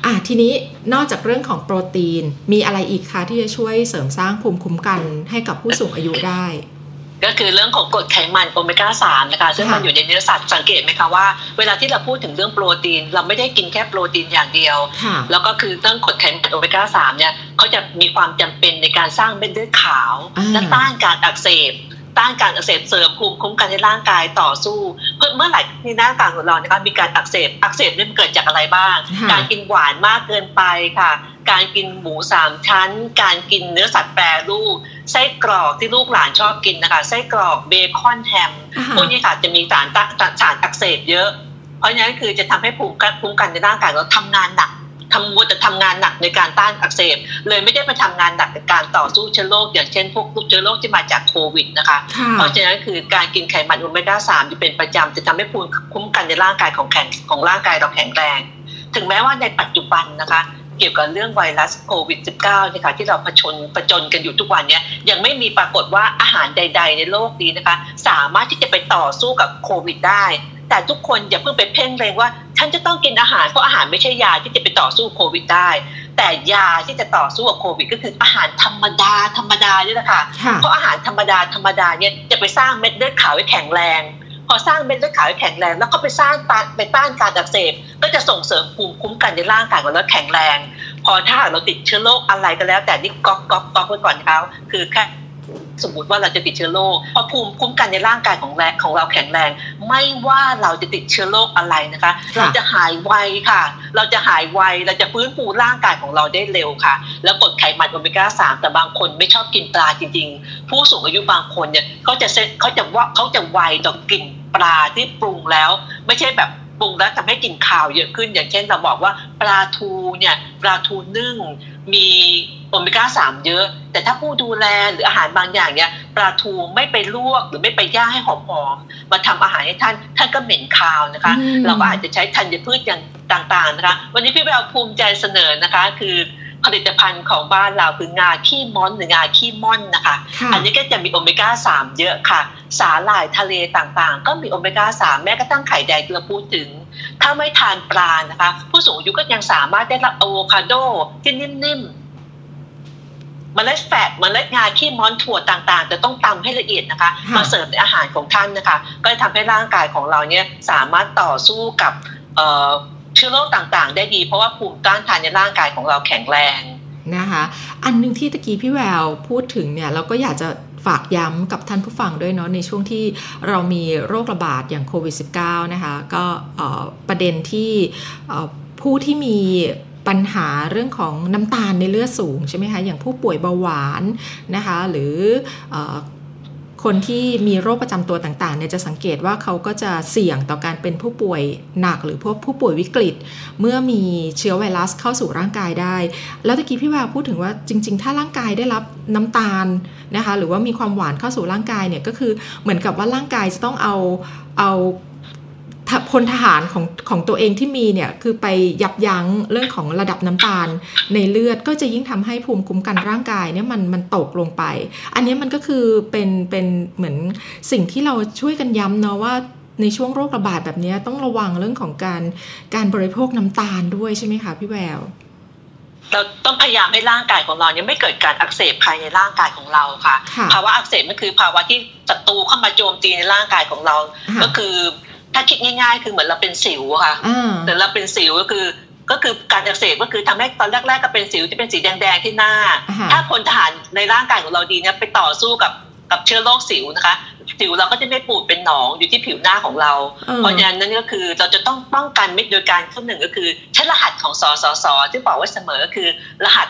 ทีนี้นอกจากเรื่องของโปรตีนมีอะไรอีกคะที่จะช่วยเสริมสร้างภูมิคุ้มกันให้กับผู้สูงอายุได้
ก็คือเรื่องของกรดไขมันโอเมก้า3นะคะซึ่งมันอยู่ในเนื้อสัตว์สังเกตไหมคะว่าเวลาที่เราพูดถึงเรื่องโปรตีนเราไม่ได้กินแค่โปรตีนอย่างเดียวแล้วก็คือเรื่องกรดไขมันโอเมก้า3เนี่ยเขาจะมีความจำเป็นในการสร้างเม็ดเลือดขาวและต้านการอักเสบเสริมภูมิคุ้มกันในร่างกายต่อสู้เมื่อไหร่ที่ร่างกายของเรานะคะมีการอักเสบนี่มันเกิดจากอะไรบ้างการกินหวานมากเกินไปค่ะการกินหมู3ชั้นการกินเนื้อสัตว์แปรรูปไส้กรอกที่ลูกหลานชอบกินนะคะไส้กรอกเบคอนแฮมพวกนี้ค่ะจะมีสารอักเสบเยอะเพราะฉะนั้นคือจะทำให้ภูมิคุ้มกันในร่างกายเราทำงานหนักทำงานหนักในการต้านอักเสบเลยไม่ได้ไปทำงานหนักในการต่อสู้เชื้อโรคอย่างเช่นพวกเชื้อโรคที่มาจากโควิดนะคะเพราะฉะนั้นคือการกินไขมันโอเมก้า3ที่เป็นประจำจะทำให้ภูมิคุ้มกันในร่างกายของร่างกายเราแข็งแรงถึงแม้ว่าในปัจจุบันนะคะเกี่ยวกับเรื่องไวรัสโควิด -19 นะคะที่เราประจนกันอยู่ทุกวันนี้ยังไม่มีปรากฏว่าอาหารใดๆในโลกนี้นะคะสามารถที่จะไปต่อสู้กับโควิดได้แต่ทุกคนอย่าเพิ่งไปเพ่งเล็งว่าฉันจะต้องกินอาหารเพราะอาหารไม่ใช่ยาที่จะไปต่อสู้โควิดได้แต่ยาที่จะต่อสู้กับโควิดก็คืออาหารธรรมดานี่แหละค่ะเพราะอาหารธรรมดาเนี่ยจะไปสร้างเม็ดเลือดขาวให้แข็งแรงพอสร้างเม็ดเลือดขาวให้แข็งแรงแล้วก็ไปต้านการอักเสบก็จะส่งเสริมภูมิคุ้มกันในร่างกายของเราแข็งแรงพอถ้าเราติดเชื้อโรคอะไรก็แล้วแต่นี่ก๊อกไว้ก่อนเขาคือแค่สมมุติว่าเราจะติดเชื้อโรคพอภูมิคุ้มกันในร่างกายของเราแข็งแรงไม่ว่าเราจะติดเชื้อโรคอะไรนะคะเราจะหายไวค่ะเราจะฟื้นฟูร่างกายของเราได้เร็วค่ะแล้วกรดไขมันโอเมก้า3แต่บางคนไม่ชอบกินปลาจริงๆผู้สูงอายุบางคนเนี่ยเขาจะไวต่อกินปลาที่ปรุงแล้วไม่ใช่แบบปรุงแล้วทำให้กินข้าวเยอะขึ้นอย่างเช่นเราบอกว่าปลาทูนึ่งมีโอเมก้า3เยอะแต่ถ้าผู้ดูแลหรืออาหารบางอย่างเนี่ยปลาทูไม่ไปลวกหรือไม่ไปย่างให้หอมๆมาทำอาหารให้ท่านก็เหม็นคาวนะคะเราก็อาจจะใช้ธัญพืชอย่างต่างๆนะคะวันนี้พี่แววภูมิใจเสนอนะคะคือผลิตภัณฑ์ของบ้านเราคืองาขี้ม้อนหรืองาขี้ม่อนนะคะอันนี้ก็จะมีโอเมก้า3เยอะค่ะสาหร่ายทะเลต่างๆก็มีโอเมก้า3แม้กระทั่งไข่แดงที่เราพูดถึงถ้าไม่ทานปลานะคะผู้สูงอายุก็ยังสามารถได้รับอะโวคาโดที่นิ่มๆเมล็ดแฟตเมล็ดงาขี้ม้อนถั่วต่างๆจะต้องตำให้ละเอียดนะคะมาเสริมในอาหารของท่านนะคะก็จะทำให้ร่างกายของเราเนี่ยสามารถต่อสู้กับเชื้อโรคต่างๆได้ดีเพราะว่าภูมิต้านทานในร่างกายของเราแข็งแรง
นะคะอันนึงที่ตะกี้พี่แววพูดถึงเนี่ยเราก็อยากจะฝากย้ำกับท่านผู้ฟังด้วยเนาะในช่วงที่เรามีโรคระบาดอย่างโควิด -19 นะคะก็ประเด็นที่ผู้ที่มีปัญหาเรื่องของน้ำตาลในเลือดสูงใช่ไหมคะอย่างผู้ป่วยเบาหวานนะคะหรือคนที่มีโรคประจำตัวต่างๆเนี่ยจะสังเกตว่าเขาก็จะเสี่ยงต่อการเป็นผู้ป่วยหนักหรือพวกผู้ป่วยวิกฤตเมื่อมีเชื้อไวรัสเข้าสู่ร่างกายได้แล้วตะกี้พี่แววพูดถึงว่าจริงๆถ้าร่างกายได้รับน้ำตาลนะคะหรือว่ามีความหวานเข้าสู่ร่างกายเนี่ยก็คือเหมือนกับว่าร่างกายจะต้องเอาพลทหารของตัวเองที่มีเนี่ยคือไปยับยั้งเรื่องของระดับน้ำตาลในเลือดก็จะยิ่งทำให้ภูมิคุ้มกันร่างกายเนี่ยมันตกลงไปอันนี้มันก็คือเป็นเหมือนสิ่งที่เราช่วยกันย้ำเนาะว่าในช่วงโรคระบาดแบบนี้ต้องระวังเรื่องของการบริโภคน้ำตาลด้วยใช่ไหมคะพี่แวว
เราต้องพยายามให้ร่างกายของเราเนี่ยไม่เกิดการอักเสบภายในร่างกายของเราค่ะภาวะอักเสบมันคือภาวะที่ศัตรูเข้ามาโจมตีในร่างกายของเราก็คือถ้าคิดง่ายๆคือเหมือนเราเป็นสิวค่ะแต่เราเป็นสิวก็คือการอักเสบก็คือทำให้ตอนแรกๆก็เป็นสิวที่เป็นสีแดงๆที่หน้าถ้าพลทหารในร่างกายของเราดีเนี่ยไปต่อสู้กับเชื้อโรคสิวนะคะสิวเราก็จะไม่ปูดเป็นหนองอยู่ที่ผิวหน้าของเราเพราะฉะนั้นนั่นก็คือเราจะต้องป้องกันไม่โดยการข้อหนึ่งก็คือใช้รหัสของสสที่บอกไว้เสมอก็คือรหัส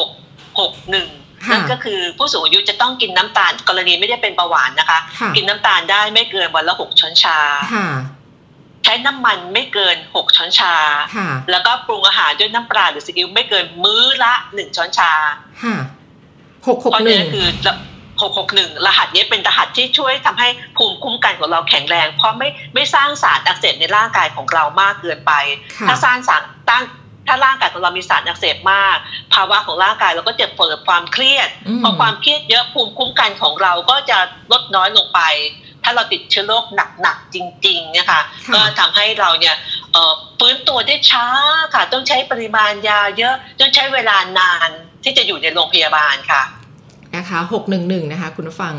661นั่นก็คือผู้สูงอายุจะต้องกินน้ำตาลกรณีไม่ได้เป็นเบาหวานนะคะกินน้ำตาลได้ไม่เกินวันละ6ช้อนชาใช้น้ำมันไม่เกิน6ช้อนชาแล้วก็ปรุงอาหารด้วยน้ำปลาหรือซีอิ๊วไม่เกินมื้อละ1ช้อนชา661คือ661รหัสนี้เป็นรหัสที่ช่วยทำให้ภูมิคุ้มกันของเราแข็งแรงเพราะไม่สร้างสารอักเสบในร่างกายของเรามากเกินไปถ้าร่างกายของเรามีสารอักเสบมากภาวะของร่างกายเราก็จะเกิดความเครียดพอความเครียดเยอะภูมิคุ้มกันของเราก็จะลดน้อยลงไปถ้าเราติดเชื้อโรคหนักๆจริงๆเนี่ยค่ะก็ทำให้เราเนี่ยฟื้นตัวได้ช้าค่ะต้องใช้ปริมาณยาเยอะต้องใช้เวลานานที่จะอยู่ในโรงพยาบาลค่ะ
นะคะ611นะคะคุณผู้ฟัง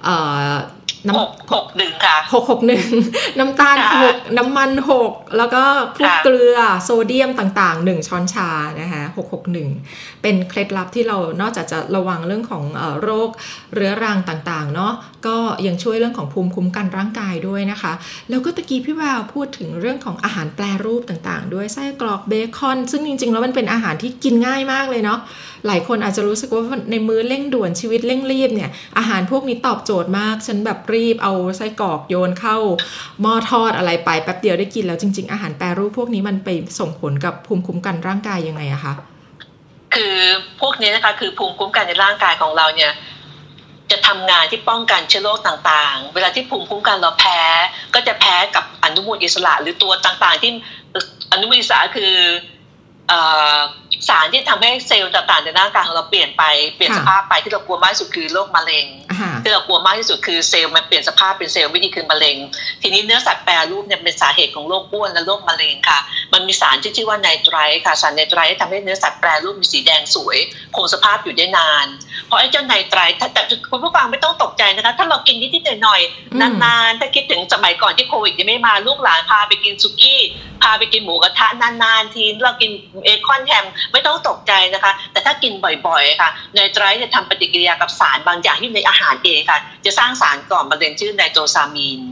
661ค่ะ
661น้ำตาล6น้ำมัน6แล้วก็พวกเกลือโซเดียมต่างๆ1ช้อนชานะคะ661เป็นเคล็ดลับที่เรานอกจากจะระวังเรื่องของโรคเรื้อรังต่างๆเนาะก็ยังช่วยเรื่องของภูมิคุ้มกันร่างกายด้วยนะคะแล้วก็ตะกี้พี่แววพูดถึงเรื่องของอาหารแปรรูปต่างๆด้วยไส้กรอกเบคอนซึ่งจริงๆแล้วมันเป็นอาหารที่กินง่ายมากเลยเนาะหลายคนอาจจะรู้สึกว่าในมื้อเร่งด่วนชีวิตเร่งรีบเนี่ยอาหารพวกนี้ตอบโจทย์มากฉันแบบรีบเอาไส้กรอกโยนเข้าหม้อทอดอะไรไปแป๊บเดียวได้กินแล้วจริงๆอาหารแปรรูปพวกนี้มันไปส่งผลกับภูมิคุ้มกันร่างกายยังไงอะคะ
คือพวกนี้นะคะคือภูมิคุ้มกันในร่างกายของเราเนี่ยจะทำงานที่ป้องกันเชื้อโรคต่างๆเวลาที่ภูมิคุ้มกันเราแพ้ก็จะแพ้กับอนุมูลอิสระหรือตัวต่างๆที่อนุมูลอิสระคือสารที่ทำให้เซลล์ต่างๆในร่างกายของเราเปลี่ยนสภาพไปที่เรากลัวมากที่สุดคือโรคมะเร็งที่เรากลัวมากที่สุดคือเซลล์มันเปลี่ยนสภาพเป็นเซลล์ไม่ดีคือมะเร็งทีนี้เนื้อสัตว์แปรรูปเนี่ยเป็นสาเหตุของโรคอ้วนและโรคมะเร็งค่ะมันมีสารที่ชื่อว่าไนไตรท์ค่ะสารไนไตรท์ทำให้เนื้อสัตว์แปรรูปมีสีแดงสวยคงสภาพอยู่ได้นานเพราะไอ้เจ้าไนไตรท์แต่คุณผู้ฟังไม่ต้องตกใจนะคะถ้าเรากินนิดๆหน่อยๆนานๆถ้าคิดถึงสมัยก่อนที่โควิดยังไม่มาลูกหลานพาไปกินสุกี้พาไปกินหมูกระทะนานๆทีเรากินเบคอนแฮมไม่ต้องตกใจนะคะแต่ถ้ากินบ่อยๆค่ะไนไตรท์จะทำปฏิกิริยากับสารบางอย่างที่ในอาหารเองค่ะจะสร้างสารก่อมะเร็งชื่อไนโตรซามีน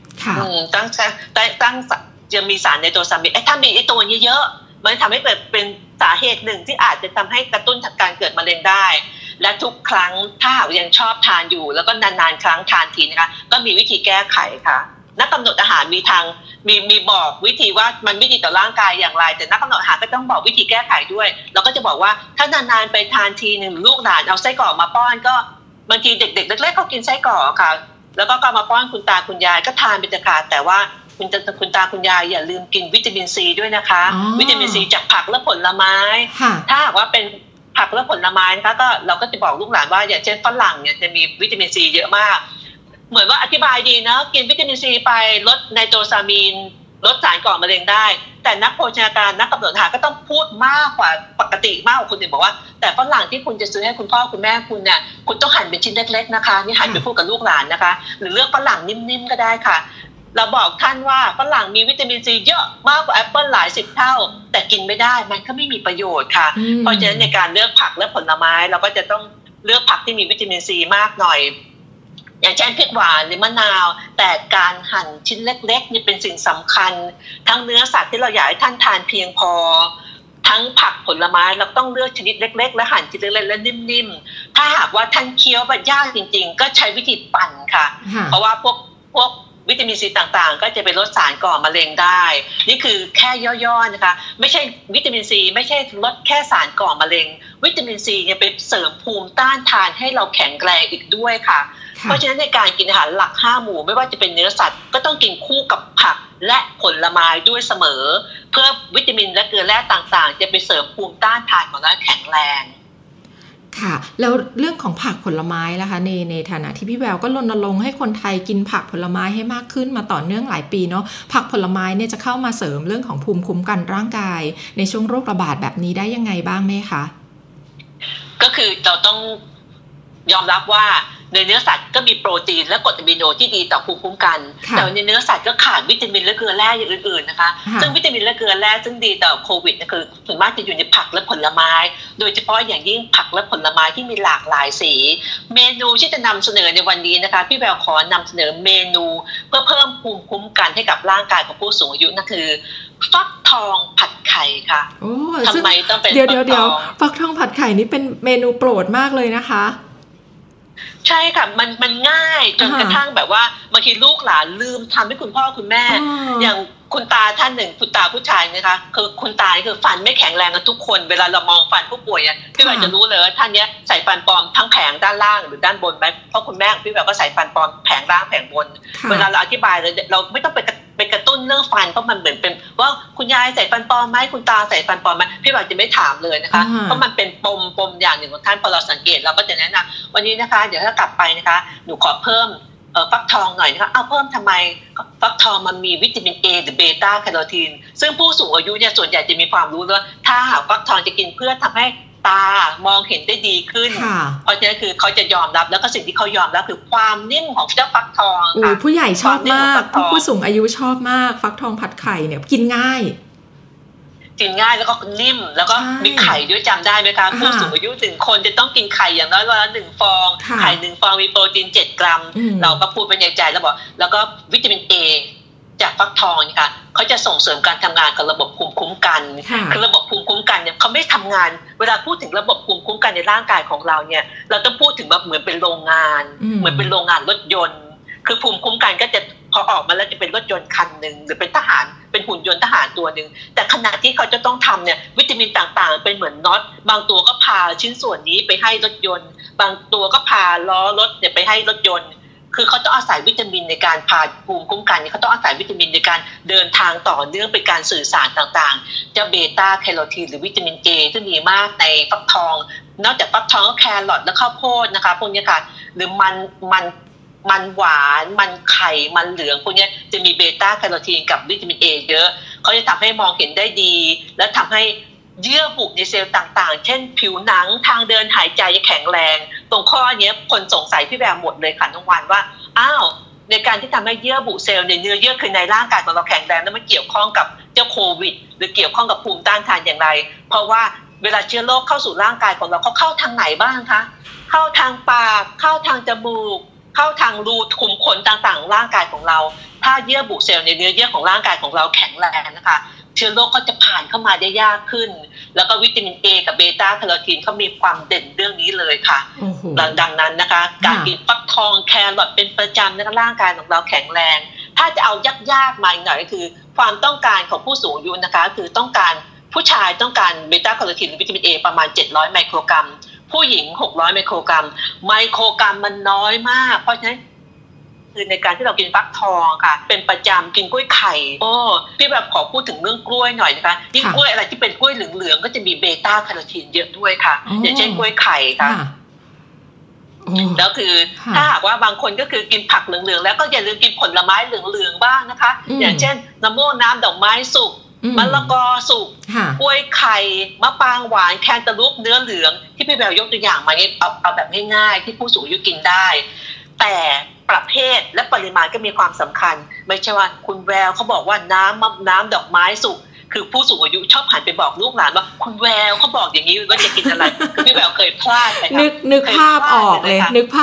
ตั้งจะมีสารไนโตรซามีนถ้ามีไอ้ตัวนี้เยอะมันทำให้เกิดเป็นสาเหตุหนึ่งที่อาจจะทำให้กระตุ้นการเกิดมะเร็งได้และทุกครั้งถ้ายังชอบทานอยู่แล้วก็นานๆครั้งทานทีนะคะก็มีวิธีแก้ไขค่ะนักกำหนดอาหารมีบอกวิธีว่ามันไม่ดีต่อร่างกายอย่างไรแต่นักกำหนดอาหารก็ต้องบอกวิธีแก้ไขด้วยเราก็จะบอกว่าถ้านานๆไปทานทีนึงลูกหลานเอาไส้กรอกมาป้อนก็บางทีเด็กๆเล็กๆเขากินไส้กรอกค่ะแล้วก็มาป้อนคุณตาคุณยายก็ทานไปเถอะค่ะแต่ว่าคุณตาคุณยายอย่าลืมกินวิตามินซีด้วยนะคะวิตามินซีจากผักและผลไม้ถ้าหากว่าเป็นผักและผลไม้นะคะก็เราก็จะบอกลูกหลานว่าอย่างเช่นฝรั่งเนี่ยจะมีวิตามินซีเยอะมากเหมือนว่าอธิบายดีนะกินวิตามินซีไปลดไนโตรซามีนลดสารก่อมะเร็งได้แต่นักโภชนาการนักกำหนดอาหารก็ต้องพูดมากกว่าปกติมากกว่าคนอื่นบอกว่าแต่ฝรั่งที่คุณจะซื้อให้คุณพ่อคุณแม่คุณเนี่ยคุณต้องหั่นเป็นชิ้นเล็กๆนะคะนี่หั่นไปพูดกับลูกหลานนะคะหรือเลือกฝรั่งนิ่มๆก็ได้ค่ะเราบอกท่านว่าฝรั่งมีวิตามินซีเยอะมากกว่าแอปเปิ้ลหลาย10 เท่าแต่กินไม่ได้มันก็ไม่มีประโยชน์ค่ะเพราะฉะนั้นในการเลือกผักและผลไม้เราก็จะต้องเลือกผักที่มีวิตามินซีมากหน่อยอย่างเช่นพริกหวานหรือมะนาวแต่การหั่นชิ้นเล็กๆนี่เป็นสิ่งสำคัญทั้งเนื้อสัตว์ที่เราอยากให้ท่านทานเพียงพอทั้งผักผลไม้เราต้องเลือกชนิดเล็กๆและหั่นชิ้นเล็กๆและนิ่มๆถ้าหากว่าท่านเคี้ยวแบบยากจริงๆก็ใช้วิธีปั่นค่ะเพราะว่าพวกวิตามินซีต่างๆก็จะไปลดสารก่อมะเร็งได้นี่คือแค่ย่อๆนะคะไม่ใช่วิตามินซีไม่ใช่ลดแค่สารก่อมะเร็งวิตามินซีเนี่ยไปเสริมภูมิต้านทานให้เราแข็งแรงอีกด้วยค่ะเพราะฉะนั้นในการกินอาหารหลัก5 หมู่ไม่ว่าจะเป็นเนื้อสัตว์ก็ต้องกินคู่กับผักและผลไม้ด้วยเสมอเพื่อวิตามินและเกลือแร่ต่างๆจะไปเสริมภูมิต้านทานของเราแข็งแรง
ค่ะแล้วเรื่องของผักผลไม้ล่ะคะในฐานะที่พี่แววก็รณรงค์ให้คนไทยกินผักผลไม้ให้มากขึ้นมาต่อเนื่องหลายปีเนาะผักผลไม้เนี่ยจะเข้ามาเสริมเรื่องของภูมิคุ้มกันร่างกายในช่วงโรคระบาดแบบนี้ได้ยังไงบ้างไหมคะ
ก็คือเราต้องยอมรับว่าในเนื้อสัตว์ก็มีโปรตีนและกรดอะมิโนที่ดีต่อภูมิคุ้มกันแต่ในเนื้อสัตว์ก็ขาดวิตามินและเกลือแร่อย่างอื่นๆนะคะซึ่งวิตามินและเกลือแร่ซึ่งดีต่อโควิดคือส่วนมากจะอยู่ในผักและผลไม้โดยเฉพาะอย่างยิ่งผักและผลไม้ที่มีหลากหลายสีเมนูที่จะนำเสนอในวันนี้นะคะพี่แววขอนำเสนอเมนูเพื่อเพิ่มภูมิคุ้มกันให้กับร่างกายของผู้สูงอายุนั่นคือฟักทองผัดไข่ค่ะทำไมต้องเป็น
เดี๋ยวฟักทองผัดไข่นี่เป็นเมนูโปรดมากเลยนะคะ
ใช่ค่ะมันง่ายจนกระทั่งแบบว่าบางทีลูกหลานลืมทำให้คุณพ่อคุณแม่อย่างคุณตาท่านหนึ่งคุณตาผู้ชายนะคะคือคุณตาคือฟันไม่แข็งแรงกันทุกคนเวลาเรามองฟันผู้ป่วยเนี่ยพี่แววจะรู้เลยว่าท่านเนี้ยใส่ฟันปลอมทั้งแผงด้านล่างหรือด้านบนไหมเพราะคุณแม่ของพี่แววก็ใส่ฟันปลอมแผงล่างแผงบนเวลาเราอธิบายเราไม่ต้องไปกระตุ้นเรื่องฟันเพราะมันเหมือนเป็นว่าคุณยายใส่ฟันปลอมไหมคุณตาใส่ฟันปลอมไหมพี่แววจะไม่ถามเลยนะคะเพราะมันเป็นปมอย่างหนึ่งของท่านพอเราสังเกตเราก็จะแนะนำวันนี้นะคะเดี๋ยวถ้ากลับไปนะคะหนูขอเพิ่มฟักทองหน่อยนะคะเพิ่มทำไมฟักทองมันมีวิตามิน A หรือเบต้าแคโรทีนซึ่งผู้สูงอายุเนี่ยส่วนใหญ่จะมีความรู้ว่าถ้าหากฟักทองจะกินเพื่อทำให้ตามองเห็นได้ดีขึ้นเพราะฉะนั้นคือเขาจะยอมรับแล้วก็สิ่งที่เขายอมรับคือความนิ่มของเจ้าฟักทองค่ะ
ผู้ใหญ่ชอบมากผู้สูงอายุชอบมากฟักทองผัดไข่เนี่ยกินง่าย
แล้วก็นิ่มแล้วก็มีไข่ด้วยจำได้ไหมคะผู้สูงอายุถึงคนจะต้องกินไข่อย่างน้อยวันละ1 ฟองไข่1 ฟองมีโปรตีน7 กรัมเราก็พูดเป็นใจแล้วบอกแล้วก็วิตามิน A จากฟักทองค่ะเขาจะส่งเสริมการทำงานของระบบภูมิคุ้มกันคือระบบภูมิคุ้มกันเนี่ยเขาไม่ทำงานเวลาพูดถึงระบบภูมิคุ้มกันในร่างกายของเราเนี่ยเราต้องพูดถึงแบบเหมือนเป็นโรงงานเหมือนเป็นโรงงานรถยนต์คือภูมิคุ้มกันก็จะพอออกมาแล้วจะเป็นรถยนต์คันนึงหรือเป็นทหารเป็นหุ่นยนต์ทหารตัวนึงแต่ขณะที่เขาจะต้องทำเนี่ยวิตามินต่างๆเป็นเหมือนน็อตบางตัวก็พาชิ้นส่วนนี้ไปให้รถยนต์บางตัวก็พาล้อรถเนี่ยไปให้รถยนต์คือเขาต้องอาศัยวิตามินในการพาภูมิคุ้มกันเขาต้องอาศัยวิตามินในการเดินทางต่อเนื่องเป็นการสื่อสารต่างๆเจ้าเบต้าแคโรทีนหรือวิตามิน A ที่มีมากในฟักทองนอกจากฟักทองก็แครอทและข้าวโพดนะคะพวกนี้ค่ะหรือมันหวานมันไข่มันเหลืองพวกนี้จะมีเบต้าแคโรทีนกับวิตามิน A เยอะเขาจะทำให้มองเห็นได้ดีและทำให้เยื่อบุในเซลล์ต่างๆเช่นผิวหนังทางเดินหายใจแข็งแรงตรงข้อนี้คนสงสัยพี่แววหมดเลยค่ะน้องวันว่าอ้าวในการที่ทำให้เยื่อบุเซลล์ในเนื้อเยื่อคือในร่างกายของเราแข็งแรงแล้วมันเกี่ยวข้องกับเจ้าโควิดหรือเกี่ยวข้องกับภูมิต้านทานอย่างไรเพราะว่าเวลาเชื้อโรคเข้าสู่ร่างกายของเราเขาเข้าทางไหนบ้างคะเข้าทางปากเข้าทางจมูกเข้าทางรูขุมขนต่างๆร่างกายของเราถ้าเยื่อบุเซลล์ในเนื้อเยื่อของร่างกายของเราแข็งแรงนะคะเชื้อโรคก็จะผ่านเข้ามาได้ยากขึ้นแล้วก็วิตามิน A กับเบต้าแคโรทีนเขามีความเด่นเรื่องนี้เลยค่ะดังนั้นนะคะการกินฟักทองแครอทเป็นประจำนะคะร่างกายของเราแข็งแรงถ้าจะเอายากๆมาอีกหน่อยก็คือความต้องการของผู้สูงอายุนะคะคือต้องการผู้ชายต้องการเบต้าแคโรทีนหรือวิตามิน A ประมาณ700ไมโครกรัมผู้หญิง600ไมโครกรัมมันน้อยมากเพราะฉะนั้นคือในการที่เรากินฟักทองค่ะเป็นประจำกินกล้วยไข่พี่แบบขอพูดถึงเรื่องกล้วยหน่อยนะคะยิ่งกล้วยอะไรที่เป็นกล้วยเหลืองๆก็จะมีเบต้าแคโรทีนเยอะด้วยค่ะอย่างเช่นกล้วยไข่ค่ะแล้วคือถ้าหากว่าบางคนก็คือกินผักเหลืองๆแล้วก็อย่าลืมกินผลไม้เหลืองๆบ้างนะคะอย่างเช่นมะม่วงน้ำดอกไม้สุกมะละกอสุกกล้วยไข่มะปรางหวานแคนตาลูปเนื้อเหลืองที่พี่แววยกตัวอย่างมาเนี่ยเอาแบบง่ายๆที่ผู้สูงอายุกินได้แต่ประเภทและปริมาณก็มีความสำคัญไม่ใช่ว่าคุณแววเขาบอกว่าน้ำดอกไม้สุกคือผู้สูงอายุชอบหันไปบอกลูกหลานว่าคุณแววเขาบอกอย่างนี้ว่าจะกินอะไรคือพี่แววเคยพลาดไหมคะ
นึกภาพออกเลย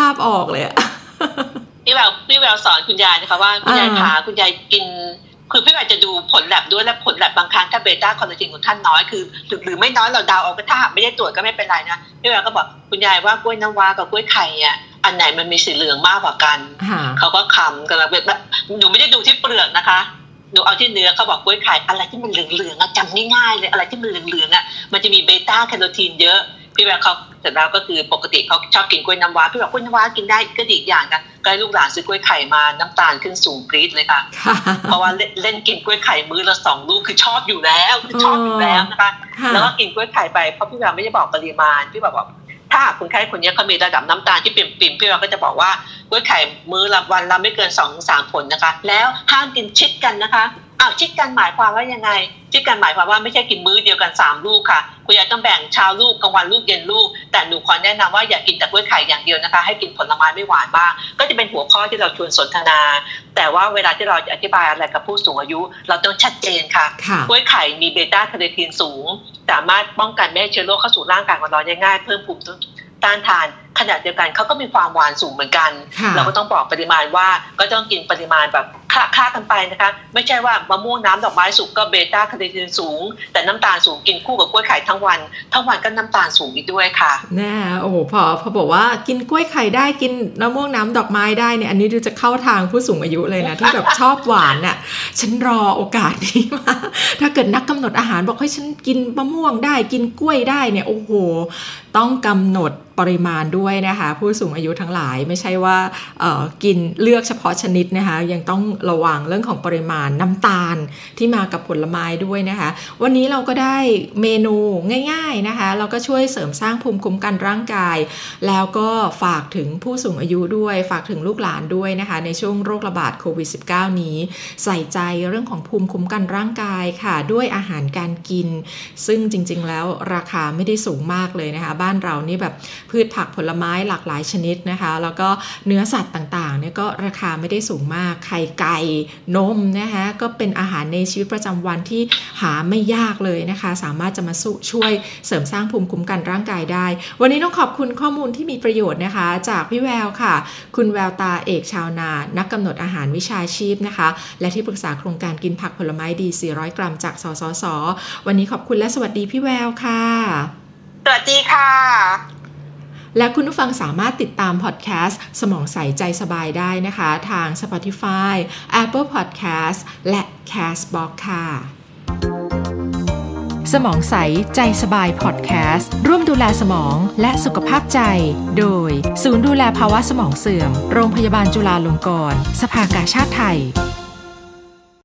พี่แววสอนคุณยายนะคะว่าคุณยายขาคุณยายกินคือพี่แววจะดูผลแลบด้วยและผลแลบบางครั้งถ้าเบต้าแคโรทีนของท่านน้อยคือหรือไม่น้อยเราเดาเอาก็ถ้าไม่ได้ตรวจก็ไม่เป็นไรนะพี่แววก็บอกคุณยายว่ากล้วยน้ำว้ากับกล้วยไข่อ่ะอันไหนมันมีสีเหลืองมากกว่ากันเขาก็คำกันแบบหนูไม่ได้ดูที่เปลือกนะคะหนูเอาที่เนื้อเขาบอกกล้วยไข่อะไรที่มันเหลืองๆจำง่ายๆเลยอะไรที่มันเหลืองๆมันจะมีเบต้าแคโรทีนเยอะพี่แววเขาเสร็จแล้วก็คือปกติเขาชอบกินกล้วยน้ำว้าพี่แววกล้วยน้ำว้ากินได้ก็ดีอย่างนะก็ให้ลูกหลานซื้อกล้วยไข่มาน้ำตาลขึ้นสูงปรี๊ดเลยค่ะเพราะว่าเล่นกินกล้วยไข่มื้อละ2 ลูกคือชอบอยู่แล้วนะคะแล้วก็กินกล้วยไข่ไปเพราะพี่แววไม่ได้บอกปริมาณพี่บอกถ้าคนไข้คนนี้เขามีระดับน้ำตาลที่ปิ่มๆพี่เราก็จะบอกว่ากล้วยไข่มื้อละวันละไม่เกิน 2-3 ผลนะคะแล้วห้ามกินชิดกันนะคะชิดกันหมายความว่ายังไงชิดกันหมายความว่าไม่ใช่กินมื้อเดียวกัน3 ลูกค่ะคุณยายต้องแบ่งเช้าลูกกลางวันลูกเย็นลูกแต่หนูขอแนะนำว่าอย่ากินแต่กล้วยไข่อย่างเดียวนะคะให้กินผลไม้ไม่หวานบ้างก็จะเป็นหัวข้อที่เราชวนสนทนาแต่ว่าเวลาที่เราจะอธิบายอะไรกับผู้สูงอายุเราต้องชัดเจนค่ะกล้วยไข่มีเบต้าแคโรทีนสูงสามารถป้องกันไม่ให้เชื้อโรคเข้าสู่ร่างกายของเราได้ง่ายเพิ่มภูมิต้านทานขณะเดียวกันเขาก็มีความหวานสูงเหมือนกันเราก็ต้องบอกปริมาณว่าก็ต้องกินปริมาณแบบค่ากันไปนะคะไม่ใช่ว่ามะม่วงน้ำดอกไม้สุกก็เบต้าแคโรทีนสูงแต่น้ำตาลสูงกินคู่กับกล้วยไข่ทั้งวันก็น้ำตาลสูงอีกด้วยค่ะ
แน่โอ้โหพอบอกว่ากินกล้วยไข่ได้กินมะม่วงน้ำดอกไม้ได้เนี่ยอันนี้ดูจะเข้าทางผู้สูงอายุเลยนะที่แบบชอบหวานน่ะฉันรอโอกาสนี้มาถ้าเกิดนักกำหนดอาหารบอกให้ฉันกินมะม่วงได้กินกล้วยได้เนี่ยโอ้โหต้องกำหนดปริมาณด้วยด้วยนะคะผู้สูงอายุทั้งหลายไม่ใช่ว่ากินเลือกเฉพาะชนิดนะคะยังต้องระวังเรื่องของปริมาณน้ำตาลที่มากับผลไม้ด้วยนะคะวันนี้เราก็ได้เมนูง่ายๆนะคะเราก็ช่วยเสริมสร้างภูมิคุ้มกันร่างกายแล้วก็ฝากถึงผู้สูงอายุด้วยฝากถึงลูกหลานด้วยนะคะในช่วงโรคระบาดโควิด -19 นี้ใส่ใจเรื่องของภูมิคุ้มกันร่างกายค่ะด้วยอาหารการกินซึ่งจริงๆแล้วราคาไม่ได้สูงมากเลยนะคะบ้านเรานี่แบบพืชผักผลไม้หลากหลายชนิดนะคะแล้วก็เนื้อสัตว์ต่างๆเนี่ยก็ราคาไม่ได้สูงมากไข่ไก่นมนะคะก็เป็นอาหารในชีวิตประจำวันที่หาไม่ยากเลยนะคะสามารถจะมาช่วยเสริมสร้างภูมิคุ้มกันร่างกายได้วันนี้ต้องขอบคุณข้อมูลที่มีประโยชน์นะคะจากพี่แววค่ะคุณแววตาเอกชาวนานักกำหนดอาหารวิชาชีพนะคะและที่ปรึกษาโครงการกินผักผลไม้ดี400 กรัมจากสสส.วันนี้ขอบคุณและสวัสดีพี่แววค่ะ
สวัสดีค่ะ
และคุณผู้ฟังสามารถติดตามพอดแคสต์สมองใสใจสบายได้นะคะทาง Spotify, Apple Podcast และ Castbox ค่ะ
สมองใสใจสบายพอดแคสต์ร่วมดูแลสมองและสุขภาพใจโดยศูนย์ดูแลภาวะสมองเสื่อมโรงพยาบาลจุฬาลงกรณ์สภากาชาดไทย